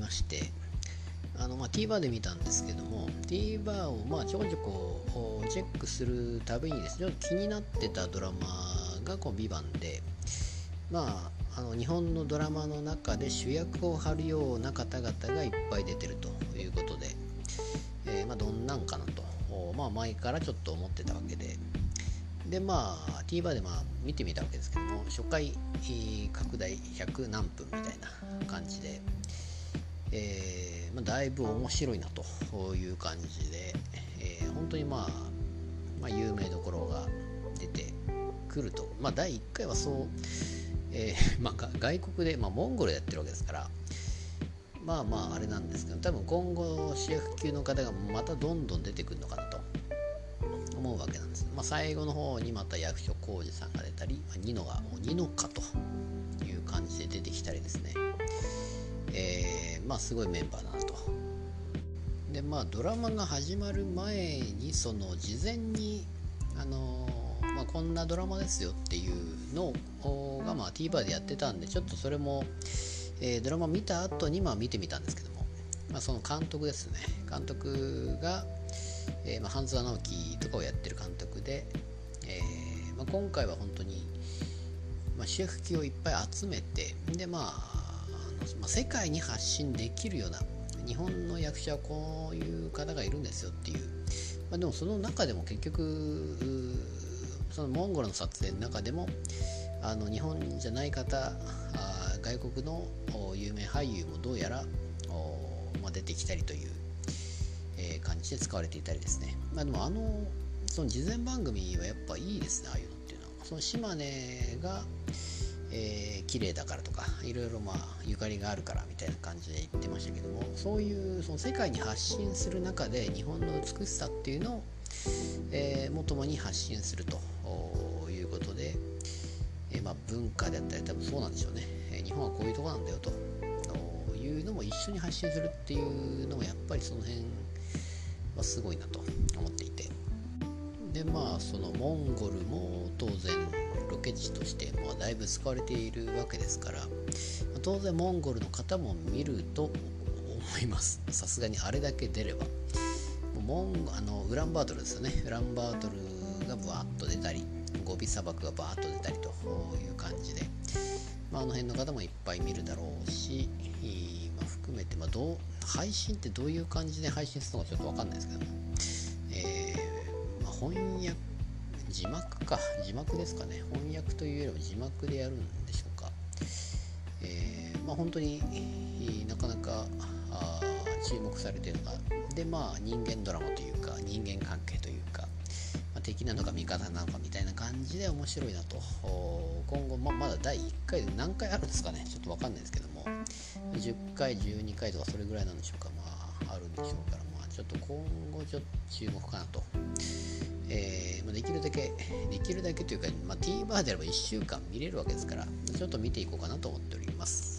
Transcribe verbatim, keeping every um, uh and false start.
まして、あのまあ TVer で見たんですけども、 TVer をまあちょこちょこチェックするたびにですね、ちょっと気になってたドラマがこうビバンで、まああの日本のドラマの中で主役を張るような方々がいっぱい出てるということで、えー、まあどんなんかなと、まあ前からちょっと思ってたわけで、でまあ TVer でまあ見てみたわけですけども、初回拡大ひゃくなんぷんみたいな感じで、えーまあ、だいぶ面白いなという感じで、えー、本当にまあ、まあ、有名どころが出てくると、まあだいいっかいはそう、えーまあ、外国で、まあ、モンゴルでやってるわけですから、まあまああれなんですけど、多分今後主役級の方がまたどんどん出てくるのかなと思うわけなんです。まあ、最後の方にまた役所広司さんが出たり、ニノがニノかという感じで出てきたりですね、えー、まあすごいメンバーだなと。でまあドラマが始まる前にその事前にあのーまあ、こんなドラマですよっていうのがまあ TVer でやってたんで、ちょっとそれも、えー、ドラマ見た後にまあ見てみたんですけども、まあ、その監督ですね、監督が、えーまあ、半沢直樹とかをやってる監督で、えーまあ、今回は本当に、まあ、主役級をいっぱい集めて、でまあ、あのまあ、世界に発信できるような、日本の役者はこういう方がいるんですよっていう、まあ、でもその中でも結局そのモンゴルの撮影の中でもあの日本じゃない方、あ外国の有名俳優もどうやら、まあ、出てきたりという、えー、感じで使われていたりですね。まあでもあのその事前番組はやっぱいいですね、ああいうのっていうのは。その島根が、えー、綺麗だからとか、いろいろまあゆかりがあるからみたいな感じで言ってましたけども、そういうその世界に発信する中で日本の美しさっていうのを、えー、もともに発信するということで、えーまあ、文化であったり多分そうなんでしょうね、えー、日本はこういうとこなんだよというのも一緒に発信するっていうのもやっぱりその辺はすごいなと思っていて、でまあそのモンゴルも当然ロケ地としてまあだいぶ使われているわけですから、当然モンゴルの方も見ると思います。さすがにあれだけ出れば、モンあのウランバートルですよね、ウランバートルがバーッと出たり、ゴビ砂漠がバーッと出たりという感じで、まあ、あの辺の方もいっぱい見るだろうし、まあ、含めて、まあ、どう配信ってどういう感じで配信するのかちょっと分かんないですけども、えーまあ、翻訳字幕か字幕ですかね、翻訳というよりも字幕でやるんでしょうか、えーまあ、本当になかなかあ注目されているのがで、まあ人間ドラマというか人間関係というか、まあ、敵なのか味方なのかみたいな感じで面白いなと。今後、ままだだいいっかいで何回あるんですかね、ちょっと分かんないですけども、じゅっかいじゅうにかいとかそれぐらいなんでしょうか、まああるんでしょうから、まあちょっと今後ちょっと注目かなと。えーまあ、できるだけできるだけというか、まあ、TVer であればいっしゅうかん見れるわけですから、ちょっと見ていこうかなと思っております。